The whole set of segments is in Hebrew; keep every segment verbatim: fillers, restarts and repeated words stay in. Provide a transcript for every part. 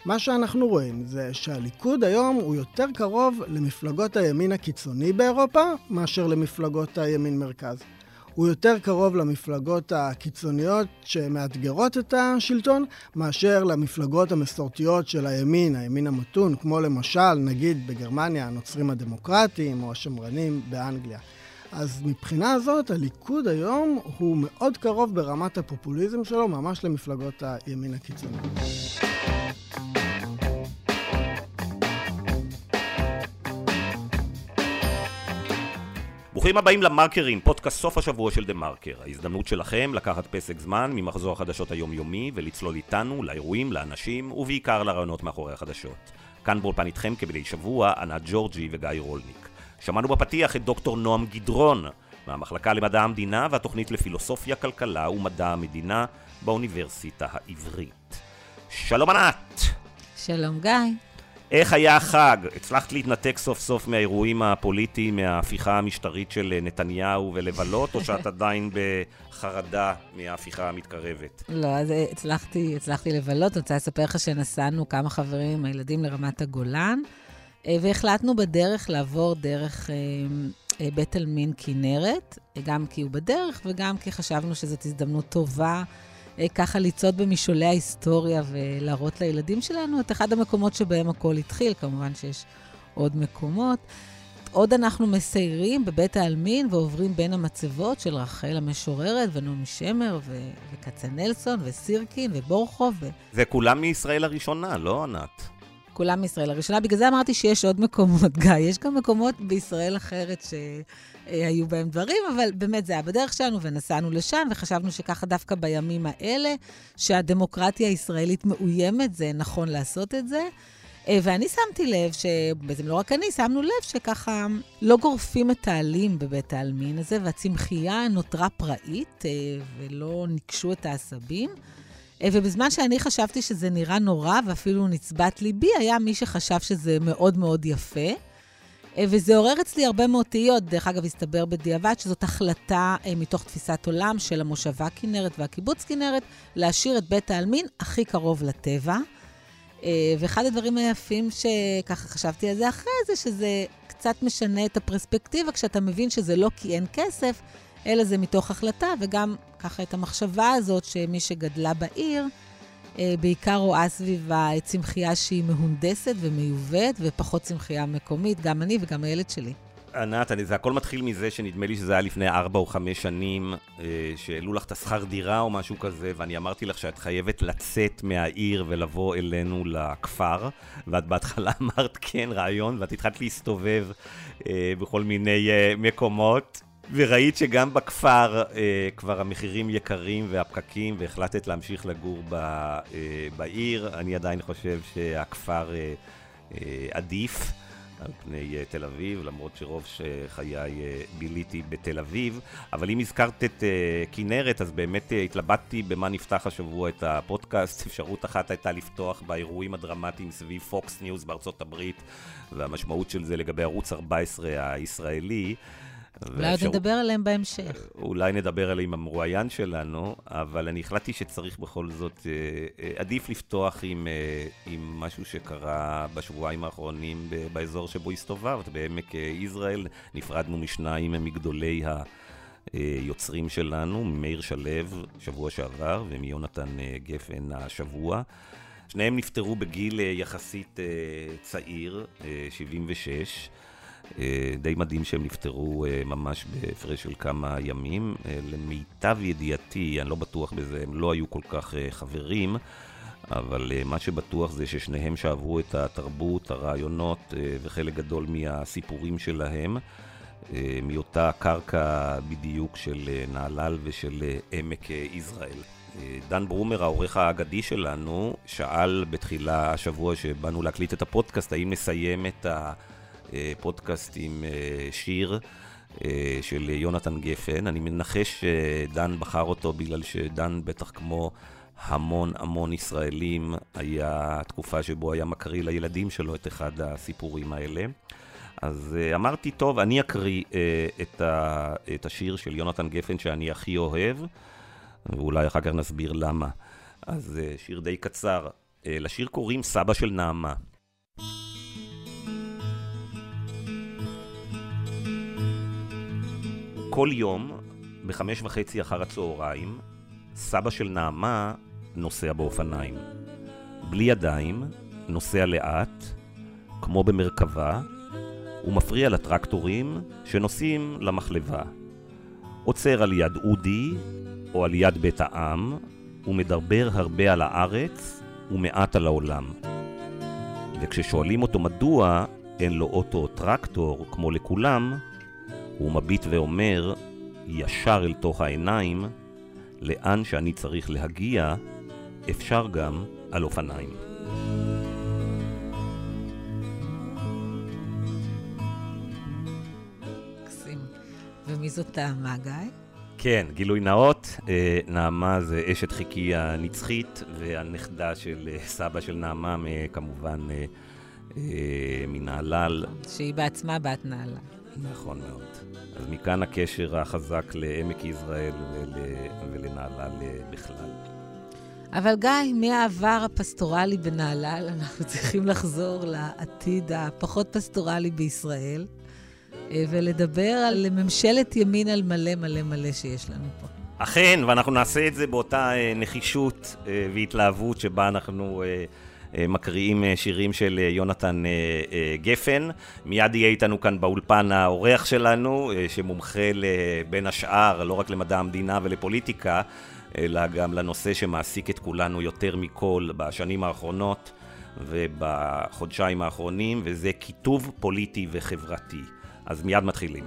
מה שאנחנו רואים זה שהליכוד היום הוא יותר קרוב למפלגות הימין הקיצוני באירופה, מאשר למפלגות הימין מרכז. הוא יותר קרוב למפלגות הקיצוניות שמאתגרות את השלטון, מאשר למפלגות המסורתיות של הימין, הימין המתון, כמו למשל, נגיד בגרמניה, הנוצרים הדמוקרטיים או השמרנים באנגליה. אז מבחינה הזאת, הליכוד היום הוא מאוד קרוב ברמת הפופוליזם שלו, ממש למפלגות הימין הקיצוני. ברוכים הבאים למרקרים, פודקאסט סוף השבוע של דה מרקר. ההזדמנות שלכם לקחת פסק זמן ממחזור החדשות היומיומי ולצלול איתנו לאירועים, לאנשים ובעיקר לרעיונות מאחורי החדשות. כאן באולפן איתכם כבדי שבוע, ענת ג'ורג'י וגיא רולניק. שמענו בפתיח את דוקטור נועם גדרון מהמחלקה למדע המדינה והתוכנית לפילוסופיה, כלכלה ומדע המדינה באוניברסיטה העברית. שלום ענת. שלום גיא. איך היה החג? הצלחת להתנתק סוף סוף מהאירועים הפוליטיים, מההפיכה המשטרית של נתניהו ולבלות, או שאת עדיין בחרדה מההפיכה המתקרבת? לא, אז הצלחתי, הצלחתי לבלות. אני רוצה לספר לך שנסענו כמה חברים, הילדים לרמת הגולן, והחלטנו בדרך לעבור דרך בית עלמין כנרת, גם כי הוא בדרך וגם כי חשבנו שזאת הזדמנות טובה, ככה ליצוד במשעולי ההיסטוריה ולהראות לילדים שלנו את אחד המקומות שבהם הכל התחיל, כמובן שיש עוד מקומות. עוד אנחנו מסיירים בבית העלמין ועוברים בין המצבות של רחל המשוררת ונעמי שמר ו- וקצנלסון וסירקין ובורחוב. ו... זה כולם מישראל הראשונה, לא ענת? כולם מישראל הראשונה, בגלל זה אמרתי שיש עוד מקומות, גיא. יש גם מקומות בישראל אחרת שהיו בהם דברים, אבל באמת זה היה בדרך שלנו ונסענו לשם, וחשבנו שככה דווקא בימים האלה, שהדמוקרטיה הישראלית מאוימת, זה נכון לעשות את זה. ואני שמתי לב, שבעצם לא רק אני, שמנו לב שככה לא גורפים את העלים בבית העלמין הזה, והצמחייה נותרה פראית, ולא נקשו את העשבים. ובזמן שאני חשבתי שזה נראה נורא, ואפילו נצבת ליבי, היה מי שחשב שזה מאוד מאוד יפה. וזה עורר אצלי הרבה מאוד תהיות, דרך אגב הסתבר בדיעבד, שזאת החלטה מתוך תפיסת עולם של המושבה כנרת והקיבוץ כנרת, להשאיר את בית העלמין הכי קרוב לטבע. ואחד הדברים היפים שככה חשבתי על זה אחרי זה, שזה קצת משנה את הפרספקטיבה, כשאתה מבין שזה לא כי אין כסף, אלא זה מתוך החלטה, וגם ככה את המחשבה הזאת שמי שגדלה בעיר, בעיקר רואה סביבה צמחייה שהיא מהונדסת ומיובאת, ופחות צמחייה מקומית, גם אני וגם הילד שלי. ענת, זה הכל מתחיל מזה שנדמה לי שזה היה לפני ארבע או חמש שנים, שהעלו לך את השכר דירה או משהו כזה, ואני אמרתי לך שאת חייבת לצאת מהעיר ולבוא אלינו לכפר, ואת בהתחלה אמרת כן, רעיון, ואת התחלת להסתובב בכל מיני מקומות, וראית שגם בכפר אה, כבר המחירים יקרים והפקקים, והחלטת להמשיך לגור ב, אה, בעיר. אני עדיין חושב שהכפר אה, אה, עדיף על פני אה, תל אביב, למרות שרוב שחיי אה, ביליתי בתל אביב. אבל אם הזכרת את אה, כנרת, אז באמת אה, התלבטתי במה נפתח השבוע את הפודקאסט. אפשרות אחת הייתה לפתוח באירועים הדרמטיים סביב פוקס ניוז בארצות הברית, והמשמעות של זה לגבי ערוץ ארבע עשרה הישראלי. אולי עוד נדבר עליהם בהמשך. אולי נדבר עליהם המרואיין שלנו, אבל אני החלטתי שצריך בכל זאת, עדיף לפתוח עם, עם משהו שקרה בשבועיים האחרונים באזור שבו הסתובבת, בעמק יזרעאל. נפרדנו משניים מגדולי היוצרים שלנו, מאיר שלו שבוע שעבר ומיונתן גפן השבוע. שניהם נפטרו בגיל יחסית צעיר, שבעים ושש. די מדהים שהם נפטרו ממש בהפרש של כמה ימים. למיטב ידיעתי, אני לא בטוח בזה, הם לא היו כל כך חברים, אבל מה שבטוח זה ששניהם שאהבו את התרבות, הרעיונות וחלק גדול מהסיפורים שלהם, מאותה קרקע בדיוק של נהלל ושל עמק יזרעאל. דן ברומר, העורך האגדי שלנו, שאל בתחילה השבוע שבאנו להקליט את הפודקאסט, האם נסיים את ה... פודקאסט עם שיר של יונתן גפן. אני מנחש שדן בחר אותו בגלל שדן בטח כמו המון המון ישראלים היה תקופה שבו היה מקריא לילדים שלו את אחד הסיפורים האלה. אז אמרתי, טוב, אני אקריא את, ה, את השיר של יונתן גפן שאני הכי אוהב, ואולי אחר כך נסביר למה. אז שיר די קצר. לשיר קוראים סבא של נעמה. כל יום, בחמש וחצי אחר הצהריים, סבא של נעמה נוסע באופניים. בלי ידיים, נוסע לאט, כמו במרכבה, ומפריע לטרקטורים שנוסעים למחלבה. עוצר על יד אודי או על יד בית העם, ומדבר הרבה על הארץ ומעט על העולם. וכששואלים אותו מדוע אין לו אוטו או טרקטור כמו לכולם, הוא מביט ואומר ישר אל תוך העיניים, לאן שאני צריך להגיע, אפשר גם על אופניים. קסים. ומי זאת נעמה, גיא? כן, גילוי נאות, נעמה זה אשת חיקי הנצחית, והנכדה של סבא של נעמה, כמובן מנהלל. שהיא בעצמה בת נהלל. נכון מאוד. אז מכאן הקשר החזק לעמק יזרעאל ול... ולנהלל בכלל. אבל גיא, מהעבר הפסטורלי בנהלל, אנחנו צריכים לחזור לעתיד הפחות פסטורלי בישראל, ולדבר על ממשלת ימין על מלא מלא מלא שיש לנו פה. אכן, ואנחנו נעשה את זה באותה נחישות והתלהבות שבה אנחנו מקריאים שירים של יונתן גפן. מיד יהיה איתנו כאן באולפן האורח שלנו, שמומחה בין השאר, לא רק למדע המדינה ולפוליטיקה, אלא גם לנושא שמעסיק את כולנו יותר מכל בשנים האחרונות ובחודשיים האחרונים, וזה כיתוב פוליטי וחברתי. אז מיד מתחילים.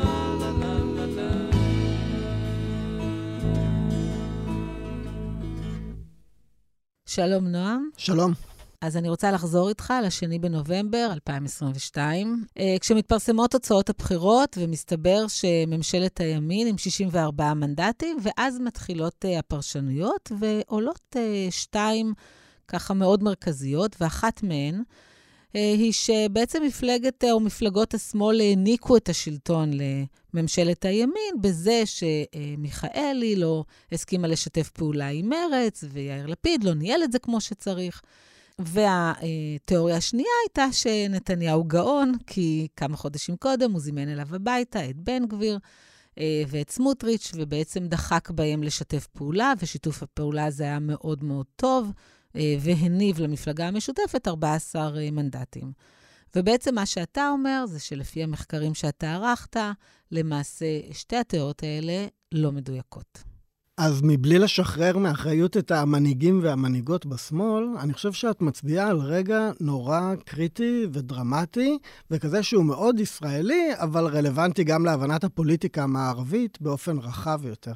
שלום נועם. שלום. אז אני רוצה לחזור איתך לשני בנובמבר אלפיים עשרים ושתיים, כשמתפרסמות תוצאות הבחירות, ומסתבר שממשלת הימין עם שישים וארבעה מנדטים, ואז מתחילות הפרשנויות, ועולות שתיים ככה מאוד מרכזיות, ואחת מהן היא שבעצם מפלגת או מפלגות השמאל העניקו את השלטון לממשלת הימין, בזה שמיכאלי לא הסכימה לשתף פעולה עם מרץ, ויאיר לפיד לא ניהל את זה כמו שצריך. והתיאוריה השנייה הייתה שנתניהו גאון, כי כמה חודשים קודם הוא זימן אליו הביתה את בן גביר ואת סמוטריץ', ובעצם דחק בהם לשתף פעולה, ושיתוף הפעולה הזה היה מאוד מאוד טוב, והניב למפלגה המשותפת ארבעה עשר מנדטים. ובעצם מה שאתה אומר זה שלפי המחקרים שאתה ערכת, למעשה שתי התיאוריות האלה לא מדויקות. אז מבלי לשחרר מאחריות את המנהיגים והמנהיגות בשמאל, אני חושב שאת מצביעה על רגע נורא קריטי ודרמטי, וכזה שהוא מאוד ישראלי, אבל רלוונטי גם להבנת הפוליטיקה המערבית באופן רחב יותר.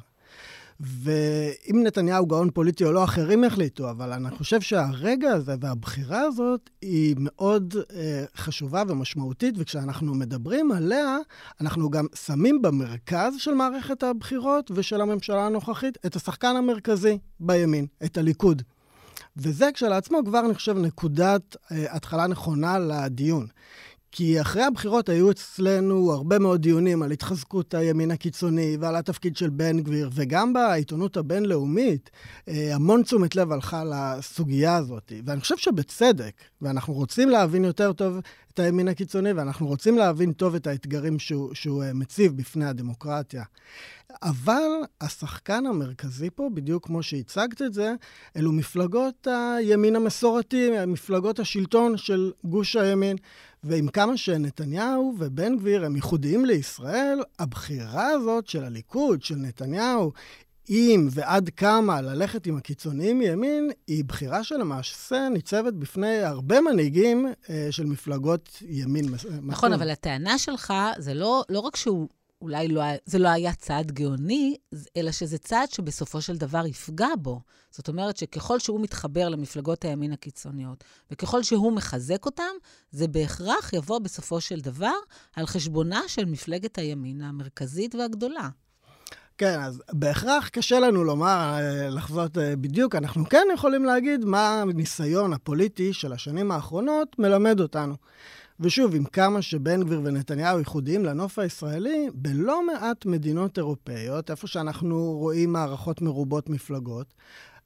ואם נתניהו גאון פוליטי או לא, אחרים החליטו, אבל אני חושב שהרגע הזה והבחירה הזאת היא מאוד אה, חשובה ומשמעותית, וכשאנחנו מדברים עליה, אנחנו גם שמים במרכז של מערכת הבחירות ושל הממשלה הנוכחית את השחקן המרכזי בימין, את הליכוד. וזה כשלעצמו כבר, אני חושב, נקודת אה, התחלה נכונה לדיון. כי אחרי הבחירות היו אצלנו הרבה מאוד דיונים על התחזקות הימין הקיצוני ועל התפקיד של בן גביר, וגם בעיתונות הבינלאומית המון תשומת לב הלכה לסוגיה הזאת. ואני חושב שבצדק, ואנחנו רוצים להבין יותר טוב את הימין הקיצוני, ואנחנו רוצים להבין טוב את האתגרים שהוא, שהוא מציב בפני הדמוקרטיה. אבל השחקן המרכזי פה, בדיוק כמו שהצגת את זה, אלו מפלגות הימין המסורתי, מפלגות השלטון של גוש הימין, ועם כמה שנתניהו ובן גביר הם ייחודיים לישראל, הבחירה הזאת של הליכוד, של נתניהו, אם ועד כמה ללכת עם הקיצוניים מימין, היא בחירה שלמעשה ניצבת בפני הרבה מנהיגים אה, של מפלגות ימין. נכון, אבל הטענה שלך זה לא, לא רק שהוא אולי לא, זה לא היה צעד גאוני, אלא שזה צעד שבסופו של דבר יפגע בו. זאת אומרת שככל שהוא מתחבר למפלגות הימין הקיצוניות, וככל שהוא מחזק אותם, זה בהכרח יבוא בסופו של דבר על חשבונה של מפלגת הימין המרכזית והגדולה. כן, אז בהכרח קשה לנו לומר, לחזות בדיוק, אנחנו כן יכולים להגיד מה הניסיון הפוליטי של השנים האחרונות מלמד אותנו. ושוב, עם כמה שבן גביר ונתניהו ייחודיים לנוף הישראלי, בלא מעט מדינות אירופאיות, איפה שאנחנו רואים מערכות מרובות מפלגות,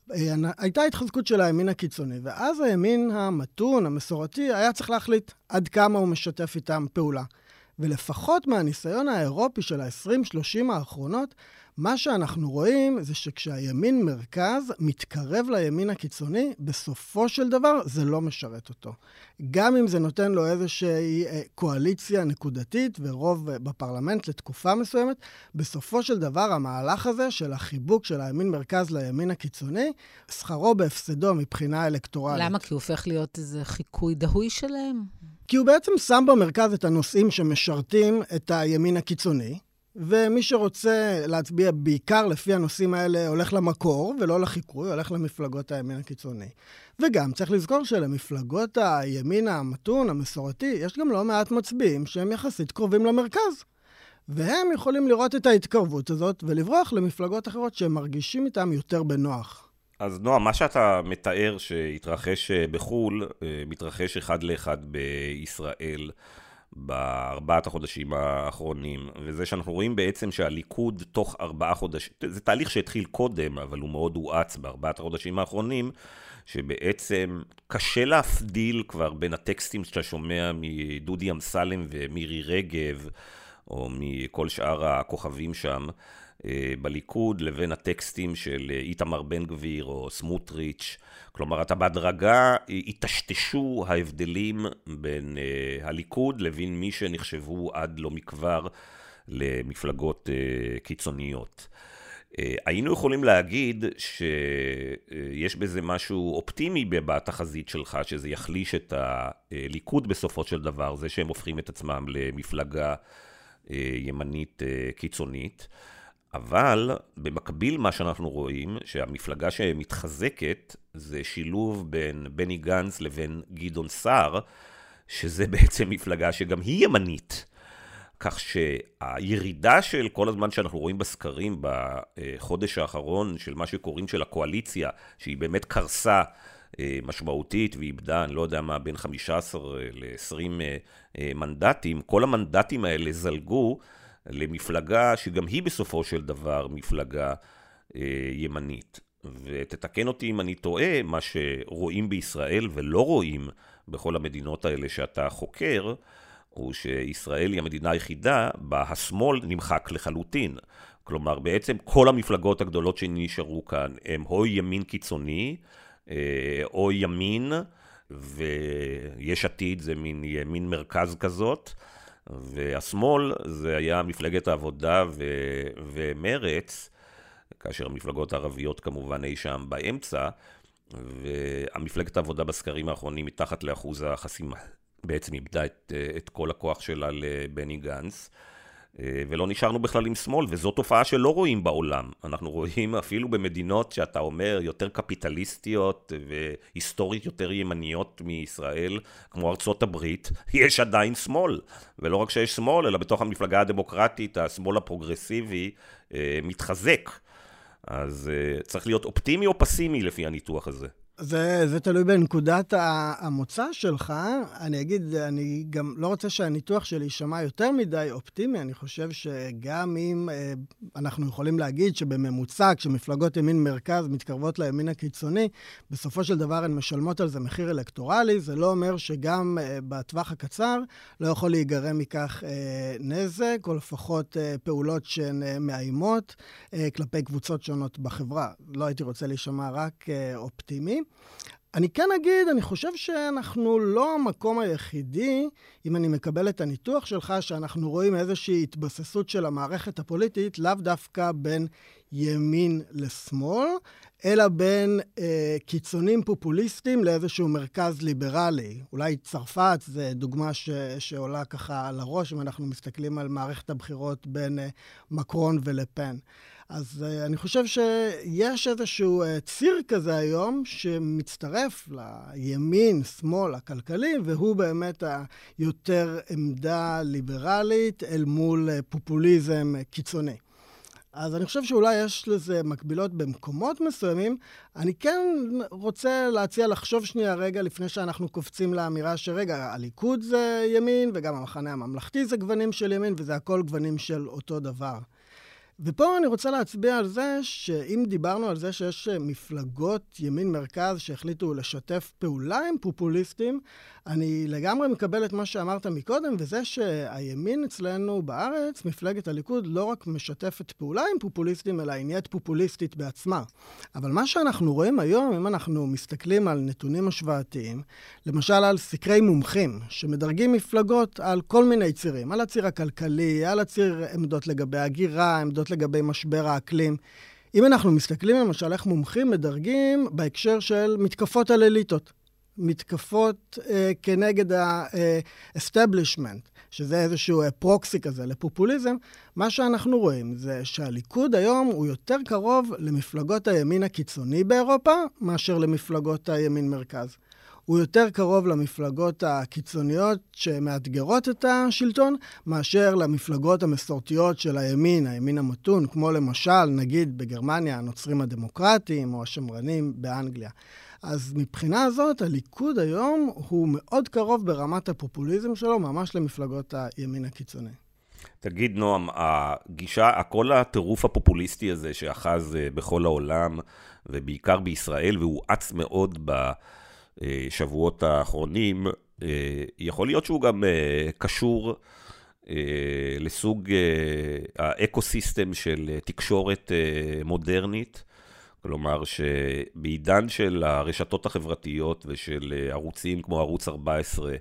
הייתה התחזקות של הימין הקיצוני, ואז הימין המתון, המסורתי, היה צריך להחליט עד כמה הוא משתף איתם פעולה. ולפחות מהניסיון האירופי של ה-עשרים שלושים האחרונות, מה שאנחנו רואים זה שכשהימין מרכז מתקרב לימין הקיצוני, בסופו של דבר זה לא משרת אותו. גם אם זה נותן לו איזושהי קואליציה נקודתית ורוב בפרלמנט לתקופה מסוימת, בסופו של דבר המהלך הזה של החיבוק של הימין מרכז לימין הקיצוני, שכרו בהפסדו מבחינה אלקטורלית. למה? כי הוא הופך להיות איזה חיקוי דהוי שלהם? כי הוא בעצם שם במרכז את הנושאים שמשרתים את הימין הקיצוני, ומי שרוצה להצביע בעיקר לפי הנושאים האלה הולך למקור ולא לחיקוי, הולך למפלגות הימין הקיצוני. וגם צריך לזכור שלמפלגות הימין המתון, המסורתי, יש גם לא מעט מצביעים שהם יחסית קרובים למרכז. והם יכולים לראות את ההתקרבות הזאת ולברוח למפלגות אחרות שהם מרגישים איתם יותר בנוח. אז נועם, מה שאתה מתאר שהתרחש בחול, מתרחש אחד לאחד בישראל בארבעת החודשים האחרונים, וזה שאנחנו רואים בעצם שהליכוד תוך ארבעה חודשים, זה תהליך שהתחיל קודם, אבל הוא מאוד הואץ בארבעת החודשים האחרונים, שבעצם קשה להפדיל כבר בין הטקסטים שאתה שומע מדודי אמסלם ומירי רגב, או מכל שאר הכוכבים שם, בליכוד לבין הטקסטים של איתמר בן גביר או סמוטריץ'. כלומר, אתה בהדרגה התשתשו ההבדלים בין הליכוד לבין מי שנחשבו עד לא מכבר למפלגות קיצוניות. היינו יכולים להגיד שיש בזה משהו אופטימי בתחזית שלך, שזה יחליש את הליכוד בסופו של דבר, זה שהם הופכים את עצמם למפלגה ימנית קיצונית. אבל במקביל מה שאנחנו רואים, שהמפלגה שמתחזקת זה שילוב בין בני גנץ לבין גדעון סער, שזה בעצם מפלגה שגם היא ימנית. כך שהירידה של כל הזמן שאנחנו רואים בסקרים בחודש האחרון של מה שקוראים של הקואליציה, שהיא באמת קרסה משמעותית ואיבדה, אני לא יודע מה, בין חמישה עשר ל-עשרים מנדטים, כל המנדטים האלה זלגו למפלגה שגם היא בסופו של דבר מפלגה אה, ימנית. ותתקן אותי אם אני טועה, מה שרואים בישראל ולא רואים בכל המדינות האלה שאתה חוקר, הוא שישראל היא המדינה היחידה בה השמאל נמחק לחלוטין. כלומר, בעצם כל המפלגות הגדולות שנשארו כאן הם או ימין קיצוני, אה, או ימין, ויש עתיד זה מין ימין מרכז כזאת, והשמאל זה היה מפלגת העבודה ו- ומרץ, כאשר המפלגות הערביות כמובן אי שם באמצע, והמפלגת העבודה בסקרים האחרונים מתחת לאחוז החסימה, בעצם איבדה את, את כל הכוח שלה לבני גנץ, ולא נשארנו בכלל עם שמאל, וזו תופעה שלא רואים בעולם. אנחנו רואים אפילו במדינות שאתה אומר יותר קפיטליסטיות והיסטורית יותר ימניות מישראל, כמו ארצות הברית, יש עדיין שמאל. ולא רק שיש שמאל, אלא בתוך המפלגה הדמוקרטית, השמאל הפרוגרסיבי מתחזק. אז צריך להיות אופטימי או פסימי לפי הניתוח הזה. זה, זה תלוי בנקודת המוצא שלך. אני אגיד, אני גם לא רוצה שהניתוח שלי יישמע יותר מדי אופטימי. אני חושב שגם אם אה, אנחנו יכולים להגיד שבממוצע, כשמפלגות ימין מרכז מתקרבות לימין הקיצוני, בסופו של דבר הן משלמות על זה מחיר אלקטורלי. זה לא אומר שגם אה, בטווח הקצר לא יכול להיגרם מכך אה, נזק, או לפחות אה, פעולות שהן אה, מאיימות אה, כלפי קבוצות שונות בחברה. לא הייתי רוצה להישמע רק אה, אופטימי. אני כן אגיד, אני חושב שאנחנו לא המקום היחידי, אם אני מקבל את הניתוח שלך, שאנחנו רואים איזושהי התבססות של המערכת הפוליטית, לאו דווקא בין ימין לשמאל, אלא בין אה, קיצונים פופוליסטיים לאיזשהו מרכז ליברלי. אולי צרפת זה דוגמה ש, שעולה ככה על הראש, אם אנחנו מסתכלים על מערכת הבחירות בין אה, מקרון ולפן. אז uh, אני חושב שיש איזשהו uh, ציר כזה היום שמצטרף לימין, שמאל, הכלכלי, והוא באמת היותר עמדה ליברלית אל מול uh, פופוליזם uh, קיצוני. אז אני חושב שאולי יש לזה מקבילות במקומות מסוימים. אני כן רוצה להציע לחשוב שנייה רגע לפני שאנחנו קופצים לאמירה שרגע, הליכוד זה ימין וגם המחנה הממלכתי זה גוונים של ימין וזה הכל גוונים של אותו דבר. ופה אני רוצה להצביע על זה שאם דיברנו על זה שיש מפלגות ימין מרכז שהחליטו לשתף פעולה עם פופוליסטים, אני לגמרי מקבל את מה שאמרת מקודם, וזה שהימין אצלנו בארץ, מפלגת הליכוד, לא רק משתפת פעולה עם פופוליסטים, אלא היא נהיית פופוליסטית בעצמה. אבל מה שאנחנו רואים היום, אם אנחנו מסתכלים על נתונים השוואתיים, למשל על סקרי מומחים, שמדרגים מפלגות על כל מיני צירים, על הציר הכלכלי, על הציר עמדות לגבי הגירה, עמדות לגבי משבר האקלים. אם אנחנו מסתכלים למשל איך מומחים מדרגים בהקשר של מתקפות על אליטות, מתקפות אה, כנגד ה-establishment, אה, שזה איזשהו אה, פרוקסי כזה לפופוליזם, מה שאנחנו רואים זה שהליכוד היום הוא יותר קרוב למפלגות הימין הקיצוני באירופה, מאשר למפלגות הימין מרכז. הוא יותר קרוב למפלגות הקיצוניות שמאתגרות את השלטון, מאשר למפלגות המסורתיות של הימין, הימין המתון, כמו למשל, נגיד בגרמניה, הנוצרים הדמוקרטיים או השמרנים באנגליה. אז מבחינה הזאת, הליכוד היום הוא מאוד קרוב ברמת הפופוליזם שלו, ממש למפלגות הימין הקיצוני. תגיד, נועם, הגישה, כל הטירוף הפופוליסטי הזה שאחז בכל העולם, ובעיקר בישראל, והוא עץ מאוד בשבועות האחרונים, יכול להיות שהוא גם קשור לסוג האקוסיסטם של תקשורת מודרנית, כלומר שבעידן של הרשתות החברתיות ושל ערוצים כמו ערוץ ארבע עשרה,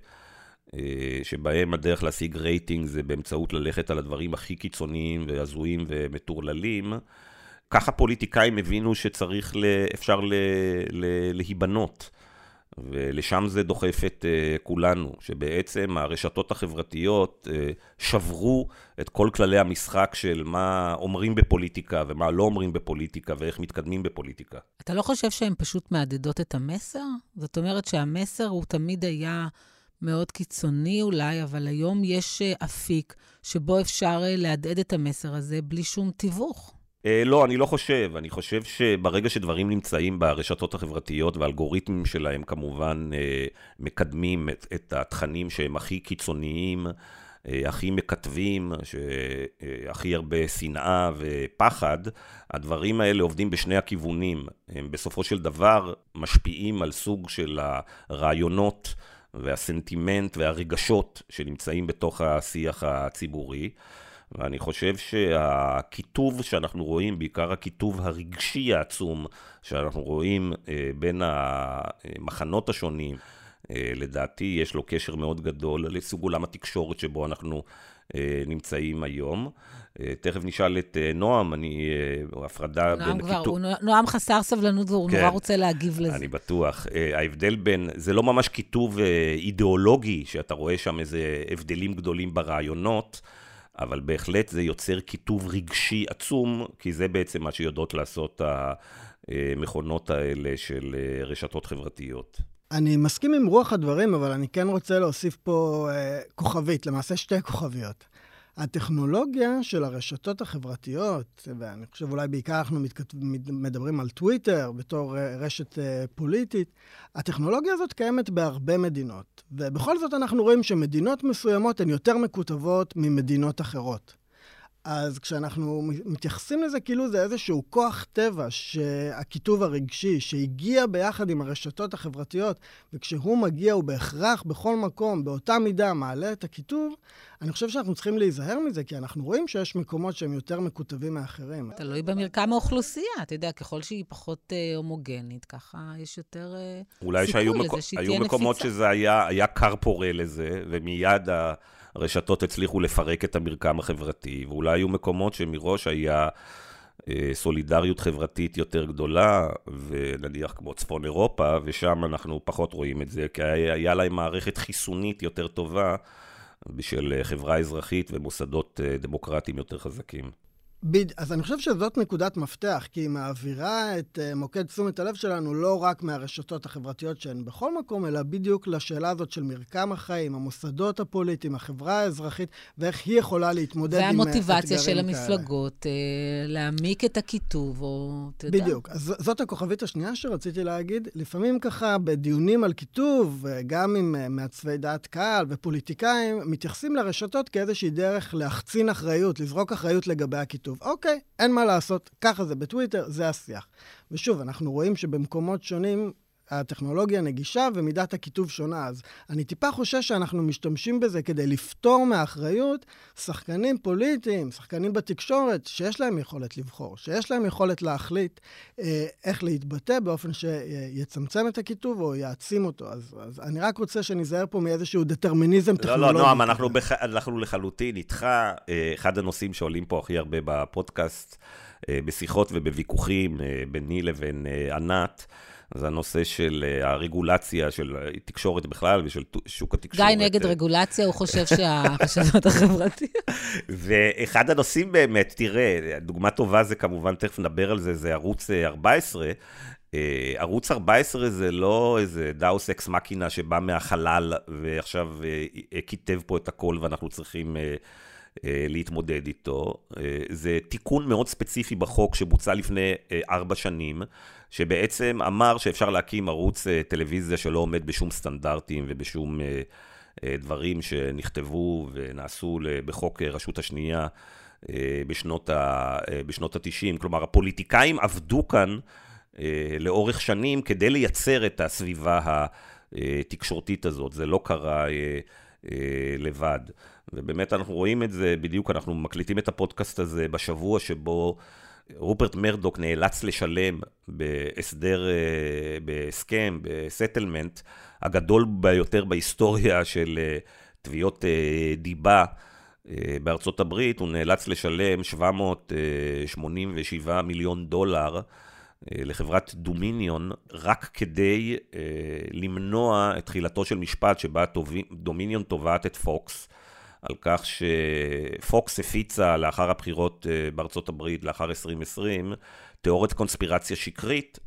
שבהם הדרך להשיג רייטינג זה באמצעות ללכת על הדברים הכי קיצוניים והזויים ומטורללים, ככה פוליטיקאים הבינו שצריך, אפשר להיבנות, ולשם זה דוחף את כולנו, שבעצם הרשתות החברתיות שברו את כל כללי המשחק של מה אומרים בפוליטיקה ומה לא אומרים בפוליטיקה ואיך מתקדמים בפוליטיקה. אתה לא חושב שהן פשוט מעדדות את המסר? זאת אומרת שהמסר הוא תמיד היה מאוד קיצוני אולי, אבל היום יש אפיק שבו אפשר להדהד את המסר הזה בלי שום תיווך. לא, אני לא חושב. אני חושב שברגע שדברים נמצאים ברשתות החברתיות והאלגוריתמים שלהם כמובן מקדמים את, את התכנים שהם הכי קיצוניים, הכי מקטבים, הכי הרבה שנאה ופחד, הדברים האלה עובדים בשני הכיוונים. הם בסופו של דבר משפיעים על סוג של הרעיונות והסנטימנט והרגשות שנמצאים בתוך השיח הציבורי. ואני חושב שהכיתוב שאנחנו רואים, בעיקר הכיתוב הרגשי העצום שאנחנו רואים בין המחנות השונים, לדעתי יש לו קשר מאוד גדול לסוג עולם התקשורת שבו אנחנו נמצאים היום. תכף נשאל את נועם, אני הפרדה בין כיתוב... נועם חסר סבלנות והוא נורא רוצה להגיב לזה. אני בטוח. ההבדל בין, זה לא ממש כיתוב אידיאולוגי, שאתה רואה שם איזה הבדלים גדולים ברעיונות, אבל בהחלט זה יוצר כיתוב רגשי עצום, כי זה בעצם מה שיודעות לעשות המכונות האלה של רשתות חברתיות. אני מסכים עם רוח הדברים, אבל אני כן רוצה להוסיף פה אה, כוכבית, למעשה שתי כוכביות. הטכנולוגיה של הרשתות החברתיות, ואני חושב אולי בעיקר אנחנו מתכת... מדברים על טוויטר בתור רשת אה, פוליטית, הטכנולוגיה הזאת קיימת בהרבה מדינות, ובכל זאת אנחנו רואים שמדינות מסוימות הן יותר מקוטבות ממדינות אחרות. אז כשאנחנו מתייחסים לזה כאילו זה איזשהו כוח טבע שהכיתוב הרגשי שהגיע ביחד עם הרשתות החברתיות, וכשהוא מגיע הוא בהכרח בכל מקום באותה מידה מעלה את הכיתוב, אני חושב שאנחנו צריכים להיזהר מזה, כי אנחנו רואים שיש מקומות שהם יותר מקוטבים מאחרים. תלוי במרקם האוכלוסייה, אתה יודע, ככל שהיא פחות אה, הומוגנית, ככה יש יותר אה, אולי סיכוי שהיו לזה מקו... שהיא היו תהיה מקומות נפיצה. שזה היה, היה קר פורה לזה, ומיד ה... הרשתות הצליחו לפרק את המרקם החברתי, ואולי היו מקומות שמראש היה אה, סולידריות חברתית יותר גדולה, ונניח כמו צפון אירופה, ושם אנחנו פחות רואים את זה, כי היה, היה להם מערכת חיסונית יותר טובה, בשביל חברה אזרחית ומוסדות אה, דמוקרטיים יותר חזקים. ביד, אז אני חושב שזאת נקודת מפתח, כי היא מעבירה את uh, מוקד תשומת הלב שלנו לא רק מהרשתות החברתיות שהן בכל מקום, אלא בדיוק לשאלה הזאת של מרקם החיים, המוסדות הפוליטיים, החברה האזרחית, ואיך היא יכולה להתמודד עם אתגרים כאלה. והמוטיבציה של המפלגות, uh, להעמיק את הכיתוב, או תדע. בדיוק. אז זאת הכוכבית השנייה שרציתי להגיד. לפעמים ככה בדיונים על כיתוב, גם עם uh, מעצבי דעת קהל ופוליטיקאים, מתייחסים לרשתות כאיזושהי דרך להחצין אחריות, לזרוק אחריות לגבי הכיתוב. כיתוב. אוקיי, אין מה לעשות, ככה זה בטוויטר, זה השיח. ושוב, אנחנו רואים שבמקומות שונים הטכנולוגיה נגישה ומידת הכיתוב שונה. אז אני טיפה חושש שאנחנו משתמשים בזה כדי לפתור מאחריות שחקנים פוליטיים, שחקנים בתקשורת, שיש להם יכולת לבחור, שיש להם יכולת להחליט אה, איך להתבטא באופן שיצמצם את הכיתוב או יעצים אותו. אז, אז אני רק רוצה שנזהר פה מאיזשהו דטרמיניזם טכנולוגי. לא, לא, נועם, אנחנו, בח... אנחנו לחלוטין איתך. אחד הנושאים שעולים פה הכי הרבה בפודקאסט, בשיחות ובוויכוחים ביני לבין ענת, זה הנושא של הרגולציה, של תקשורת בכלל ושל שוק התקשורת. גיא נגד רגולציה, הוא חושב שהרשתות החברתיות. ואחד הנושאים באמת, תראה, דוגמה טובה זה כמובן, תכף נדבר על זה, זה ערוץ ארבע עשרה. ערוץ ארבע עשרה זה לא איזה דאוס אקס מקינה שבא מהחלל, ועכשיו כיתב פה את הכל ואנחנו צריכים להתמודד איתו. זה תיקון מאוד ספציפי בחוק שבוצע לפני ארבע שנים, שבעצם אמר שאפשר להקים ערוץ טלוויזיה שלא עומד בשום סטנדרטים ובשום דברים שנכתבו ונעשו בחוק רשות השנייה בשנות ה, בשנות ה-תשעים. כלומר, הפוליטיקאים עבדו כאן לאורך שנים כדי לייצר את הסביבה התקשורתית הזאת. זה לא קרה לבד. ובאמת אנחנו רואים את זה, בדיוק אנחנו מקליטים את הפודקאסט הזה בשבוע שבו רופרט מרדוק נאלץ לשלם בהסדר, בהסכם, בסטלמנט, הגדול ביותר בהיסטוריה של תביעות דיבה בארצות הברית. הוא נאלץ לשלם שבע מאות שמונים ושבעה מיליון דולר לחברת דומיניון, רק כדי למנוע את תחילתו של משפט שבה דומיניון תובעת את פוקס, על כך שפוקס הפיצה לאחר הבחירות בארצות הברית, לאחר עשרים עשרים, תיאוריית קונספירציה שקרית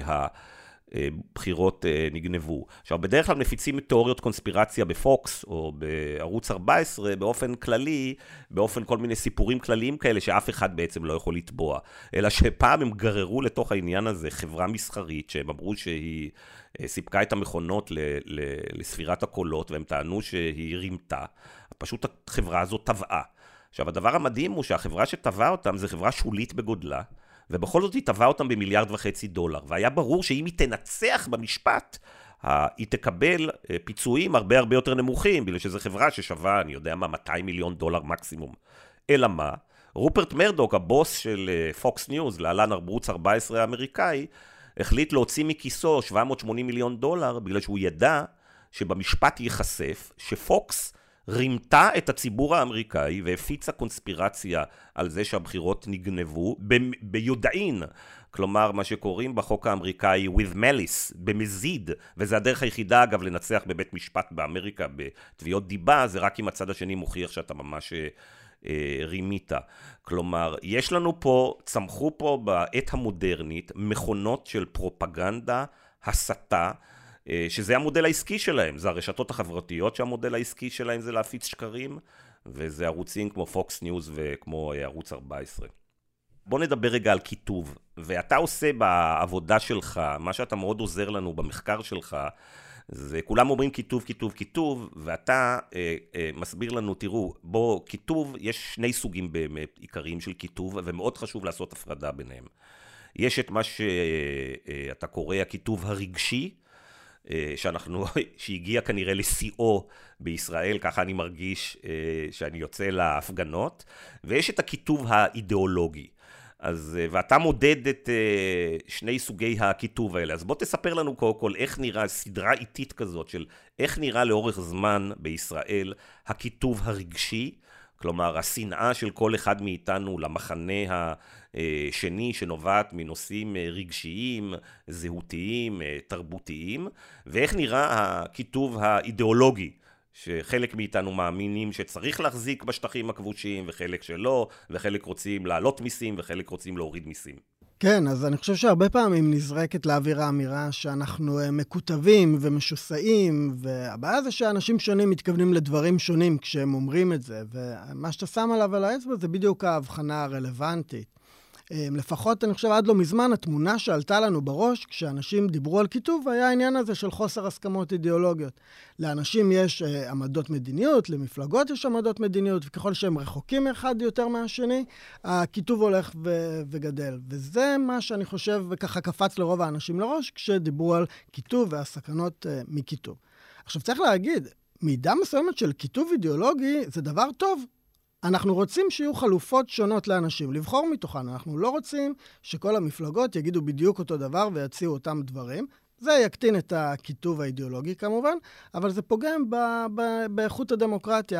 שהבחירות נגנבו. עכשיו, בדרך כלל מפיצים תיאוריות קונספירציה בפוקס או בערוץ ארבע עשרה באופן כללי, באופן כל מיני סיפורים כלליים כאלה שאף אחד בעצם לא יכול לתבוע, אלא שפעם הם גררו לתוך העניין הזה חברה מסחרית שהם אמרו שהיא סיפקה את המכונות לספירת הקולות, והם טענו שהיא רימתה. פשוט החברה הזאת טבעה. עכשיו, הדבר המדהים הוא שהחברה שטבעה אותם זה חברה שולית בגודלה, ובכל זאת היא טבעה אותם במיליארד וחצי דולר. והיה ברור שאם היא תנצח במשפט, היא תקבל פיצויים הרבה הרבה יותר נמוכים, בגלל שזו חברה ששווה, אני יודע מה, מאתיים מיליון דולר מקסימום. אלא מה? רופרט מרדוק, הבוס של פוקס ניוז, להלן ערוץ ארבע עשרה האמריקאי, החליט להוציא מכיסו שבע מאות שמונים מיליון דולר, בגלל שהוא ידע שבמשפט ייחשף שפוקס רימתה את הציבור האמריקאי והפיצה קונספירציה על זה שהבחירות נגנבו ב- ביודעין. כלומר, מה שקוראים בחוק האמריקאי with malice, במזיד, וזה הדרך היחידה אגב לנצח בבית משפט באמריקה בתביעות דיבה, זה רק אם הצד השני מוכיח שאתה ממש אה, רימית. כלומר, יש לנו פה, צמחו פה בעת המודרנית מכונות של פרופגנדה, הסתה, שזה המודל העסקי שלהם, זה הרשתות החברתיות שהמודל העסקי שלהם זה להפיץ שקרים, וזה ערוצים כמו פוקס ניוז וכמו ערוץ ארבע עשרה. בוא נדבר רגע על כיתוב, ואתה עושה בעבודה שלך, מה שאתה מאוד עוזר לנו במחקר שלך, זה כולם אומרים כיתוב, כיתוב, כיתוב, ואתה אה, אה, מסביר לנו, תראו, בוא, כיתוב, יש שני סוגים באמת עיקריים של כיתוב, ומאוד חשוב לעשות הפרדה ביניהם. יש את מה שאתה קורא הכיתוב הרגשי, שאנחנו, שהגיע כנראה לשיאו בישראל, ככה אני מרגיש שאני יוצא להפגנות, ויש את הכיתוב האידיאולוגי. אז, ואתה מודד את שני סוגי הכיתוב האלה. אז בוא תספר לנו קודם כל איך נראה, סדרה איטית כזאת של איך נראה לאורך זמן בישראל הכיתוב הרגשי, כלומר השנאה של כל אחד מאיתנו למחנה השני שנובעת מנושאים רגשיים, זהותיים, תרבותיים, ואיך נראה הכיתוב האידיאולוגי, שחלק מאיתנו מאמינים שצריך להחזיק בשטחים הכבושים, וחלק שלא, וחלק רוצים לעלות מיסים, וחלק רוצים להוריד מיסים. כן, אז אני חושב שהרבה פעמים נזרקת לאוויר האמירה שאנחנו מקוטבים ומשוסעים, והבעיה זה שאנשים שונים מתכוונים לדברים שונים כשהם אומרים את זה, ומה שאתה שם עליו על האצבע זה בדיוק ההבחנה הרלוונטית. לפחות, אני חושב, עד לא מזמן, התמונה שעלתה לנו בראש, כשאנשים דיברו על כיתוב, היה העניין הזה של חוסר הסכמות אידיאולוגיות. לאנשים יש uh, עמדות מדיניות, למפלגות יש עמדות מדיניות, וככל שהם רחוקים אחד יותר מהשני, הכיתוב הולך ו- וגדל. וזה מה שאני חושב, וככה קפץ לרוב האנשים לראש, כשדיברו על כיתוב והסכנות uh, מכיתוב. עכשיו, צריך להגיד, מידה מסוימת של כיתוב אידיאולוגי זה דבר טוב. אנחנו רוצים שיהיו חלופות שונות לאנשים, לבחור מתוכן. אנחנו לא רוצים שכל המפלגות יגידו בדיוק אותו דבר ויציעו אותם דברים. זה יקטין את הכיתוב האידיאולוגי כמובן, אבל זה פוגם ב- ב- באיכות הדמוקרטיה.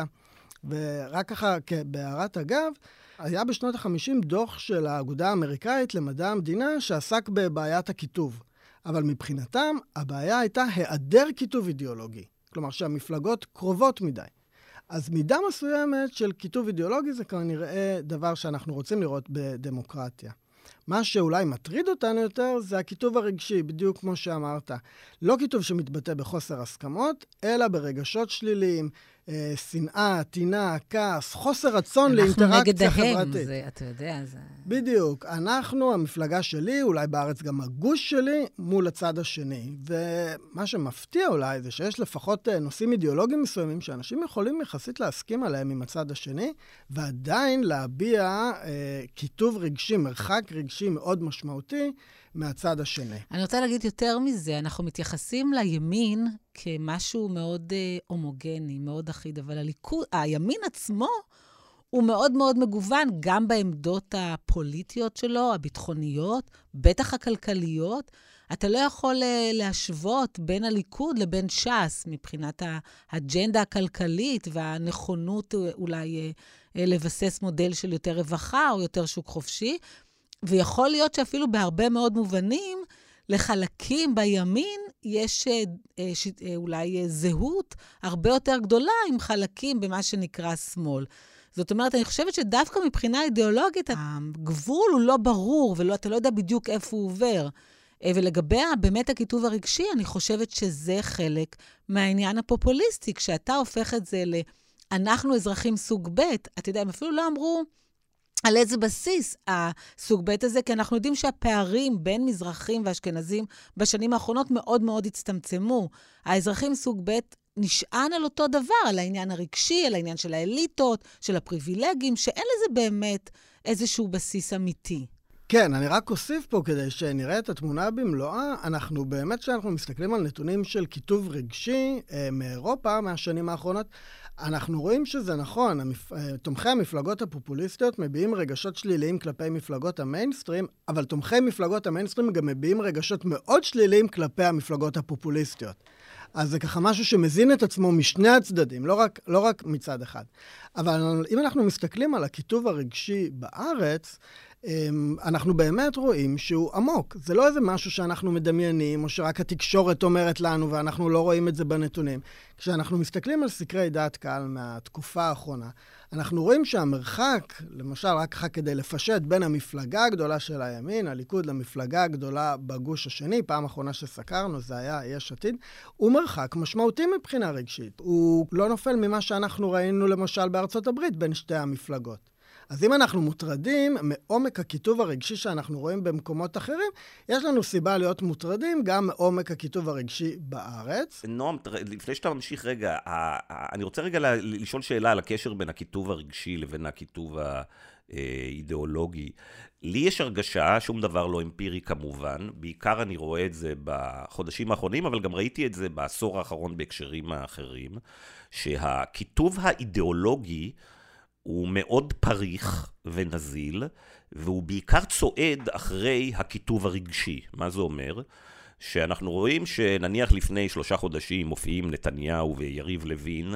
ורק ככה, בהערת אגב, היה בשנות ה-חמישים דוח של האגודה האמריקאית למדע המדינה שעסק בבעיית הכיתוב. אבל מבחינתם, הבעיה הייתה היעדר כיתוב אידיאולוגי. כלומר שהמפלגות קרובות מדי. אז מידה מסוימת של כיתוב אידיאולוגי זה כנראה דבר שאנחנו רוצים לראות בדמוקרטיה. מה שאולי מטריד אותנו יותר זה הכיתוב הרגשי, בדיוק כמו שאמרת. לא כיתוב שמתבטא בחוסר הסכמות, אלא ברגשות שליליים, אה, שנאה, טינה, כעס, חוסר רצון לאינטראקציה חברתית. אנחנו נגד ההם, זה, אתה יודע, זה... בדיוק. אנחנו, המפלגה שלי, אולי בארץ גם הגוש שלי, מול הצד השני. ומה שמפתיע אולי זה שיש לפחות נושאים אידיאולוגיים מסוימים שאנשים יכולים יחסית להסכים עליהם עם הצד השני, ועדיין להביע אה, כיתוב רגשי, מרחק רגשי מאוד משמעותי מהצד השני. אני רוצה להגיד יותר מזה, אנחנו מתייחסים לימין כמשהו מאוד אה, הומוגני, מאוד אחיד, אבל הליכוד, הימין עצמו הוא מאוד מאוד מגוון, גם בעמדות הפוליטיות שלו, הביטחוניות, בטח הכלכליות. אתה לא יכול אה, להשוות בין הליכוד לבין ש"ס, מבחינת האג'נדה הכלכלית והנכונות אולי אה, אה, לבסס מודל של יותר רווחה או יותר שוק חופשי. ויכול להיות שאפילו בהרבה מאוד מובנים, לחלקים בימין יש אה, ש, אה, אולי אה, זהות הרבה יותר גדולה עם חלקים במה שנקרא שמאל. זאת אומרת, אני חושבת שדווקא מבחינה אידיאולוגית, הגבול הוא לא ברור, ואתה לא יודע בדיוק איפה הוא עובר. אה, ולגבי באמת הכיתוב הרגשי, אני חושבת שזה חלק מהעניין הפופוליסטי. כשאתה הופך את זה ל... אנחנו אזרחים סוג ב', אתה יודע, הם אפילו לא אמרו... על איזה בסיס הסוג ב' הזה, כי אנחנו יודעים שהפערים בין מזרחים ואשכנזים בשנים האחרונות מאוד מאוד הצטמצמו. האזרחים סוג ב' נשען על אותו דבר, על העניין הרגשי, על העניין של האליטות, של הפריבילגים, שאין לזה באמת איזשהו בסיס אמיתי. כן, אני רק אוסיף פה כדי שנראה את התמונה במלואה. אנחנו באמת, כשאנחנו מסתכלים על נתונים של כיתוב רגשי אה, מאירופה מהשנים האחרונות, אנחנו רואים שזה נכון, המפ... תומכי המפלגות הפופוליסטיות מביעים רגשות שליליים כלפי מפלגות המיינסטרים, אבל תומכי מפלגות המיינסטרים גם מביעים רגשות מאוד שליליים כלפי המפלגות הפופוליסטיות. אז זה ככה משהו שמזין את עצמו משני הצדדים, לא רק, לא רק מצד אחד. אבל אם אנחנו מסתכלים על הכיתוב הרגשי בארץ, אנחנו באמת רואים שהוא עמוק. זה לא איזה משהו שאנחנו מדמיינים, או שרק התקשורת אומרת לנו, ואנחנו לא רואים את זה בנתונים. כשאנחנו מסתכלים על סקרי דעת קהל מהתקופה האחרונה, אנחנו רואים שהמרחק, למשל, רק ככה כדי לפשט בין המפלגה הגדולה של הימין, הליכוד למפלגה הגדולה בגוש השני, פעם האחרונה שסקרנו, זה היה יש עתיד, הוא מרחק משמעותי מבחינה רגשית. הוא לא נופל ממה שאנחנו ראינו למשל בארצות הברית בין שתי המפלגות. אז אם אנחנו מוטרדים מעומק הכיתוב הרגשי שאנחנו רואים במקומות אחרים, יש לנו סיבה להיות מוטרדים גם מעומק הכיתוב הרגשי בארץ. נועם, לפני שאתה ממשיך רגע, אני רוצה רגע לשאול שאלה על הקשר בין הכיתוב הרגשי לבין הכיתוב האידיאולוגי. לי יש הרגשה, שום דבר לא אמפירי כמובן, בעיקר אני רואה את זה בחודשים האחרונים, אבל גם ראיתי את זה בעשור האחרון בהקשרים האחרים, שהכיתוב האידיאולוגי הוא מאוד פריך ונזיל, והוא בעיקר צועד אחרי הכיתוב הרגשי. מה זה אומר? שאנחנו רואים שנניח לפני שלושה חודשים מופיעים נתניהו ויריב לוין,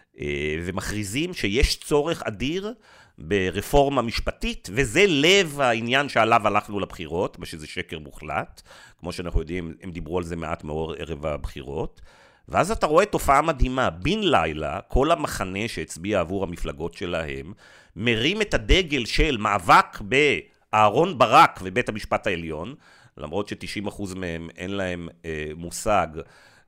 ומכריזים שיש צורך אדיר ברפורמה משפטית, וזה לב העניין שעליו הלכנו לבחירות, מה שזה שקר מוחלט. כמו שאנחנו יודעים, הם דיברו על זה מעט מאור ערב הבחירות. ואז אתה רואה תופעה מדהימה, בין לילה, כל המחנה שהצביע עבור המפלגות שלהם, מרים את הדגל של מאבק באהרון ברק ובית המשפט העליון, למרות ש-תשעים אחוז מהם אין להם אה, מושג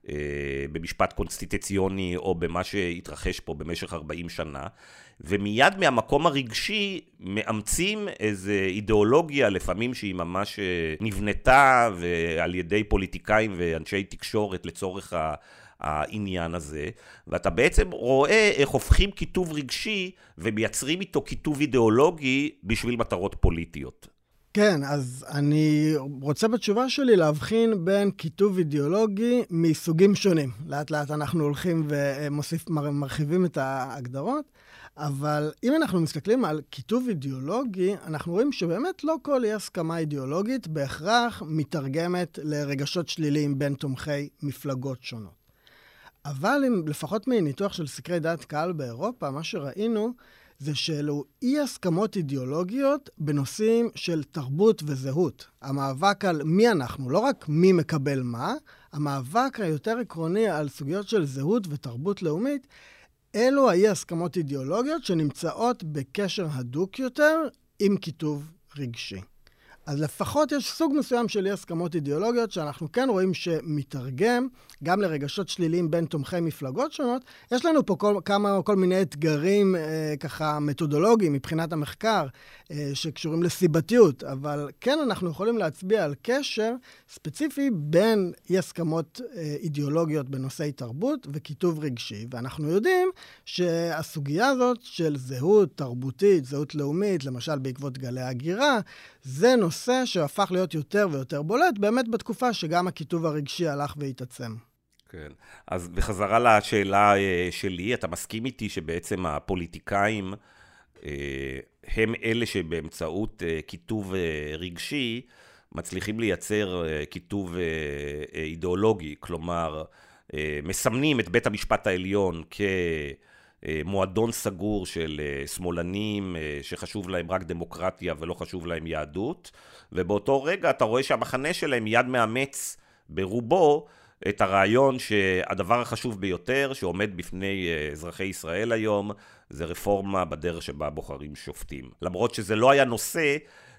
במשפט קונסטיטוציוני או במה שהתרחש פה במשך ארבעים שנה, ומיד מהמקום הרגשי מאמצים איזו אידיאולוגיה, לפעמים שהיא ממש נבנתה ועל ידי פוליטיקאים ואנשי תקשורת לצורך העניין הזה, ואתה בעצם רואה איך הופכים כיתוב רגשי ומייצרים איתו כיתוב אידיאולוגי בשביל מטרות פוליטיות. כן, אז אני רוצה בתשובה שלי להבחין בין כיתוב אידיאולוגי מסוגים שונים. לאט לאט אנחנו הולכים ומוסיף, מרחיבים את ההגדרות, אבל אם אנחנו מסתכלים על כיתוב אידיאולוגי, אנחנו רואים שבאמת לא כל אי הסכמה אידיאולוגית בהכרח מתרגמת לרגשות שליליים בין תומכי מפלגות שונות. אבל אם, לפחות מניתוח של סקרי דעת קהל באירופה, מה שראינו זה שאלו אי הסכמות אידיאולוגיות בנושאים של תרבות וזהות. המאבק על מי אנחנו, לא רק מי מקבל מה, המאבק היותר עקרוני על סוגיות של זהות ותרבות לאומית, אלו האי הסכמות אידיאולוגיות שנמצאות בקשר הדוק יותר עם כיתוב רגשי. אז לפחות יש סוג מסוים של אי הסכמות אידיאולוגיות שאנחנו כן רואים שמתרגם גם לרגשות שליליים בין תומכי מפלגות שונות. יש לנו פה כל, כמה, כל מיני אתגרים אה, ככה מתודולוגיים מבחינת המחקר אה, שקשורים לסיבתיות, אבל כן אנחנו יכולים להצביע על קשר ספציפי בין אי הסכמות אה, אידיאולוגיות בנושאי תרבות וכיתוב רגשי. ואנחנו יודעים שהסוגיה הזאת של זהות תרבותית, זהות לאומית, למשל בעקבות גלי ההגירה, זה נושא שהפך להיות יותר ויותר בולט, באמת בתקופה שגם הכיתוב הרגשי הלך והתעצם. כן, אז בחזרה לשאלה שלי, אתה מסכים איתי שבעצם הפוליטיקאים הם אלה שבאמצעות כיתוב רגשי מצליחים לייצר כיתוב אידיאולוגי, כלומר מסמנים את בית המשפט העליון כ... מועדון סגור של שמאלנים שחשוב להם רק דמוקרטיה ולא חשוב להם יהדות, ובאותו רגע אתה רואה שהמחנה שלהם מיד מאמץ ברובו את הרעיון שהדבר החשוב ביותר שעומד בפני אזרחי ישראל היום זה רפורמה בדרך שבה בוחרים שופטים. למרות שזה לא היה נושא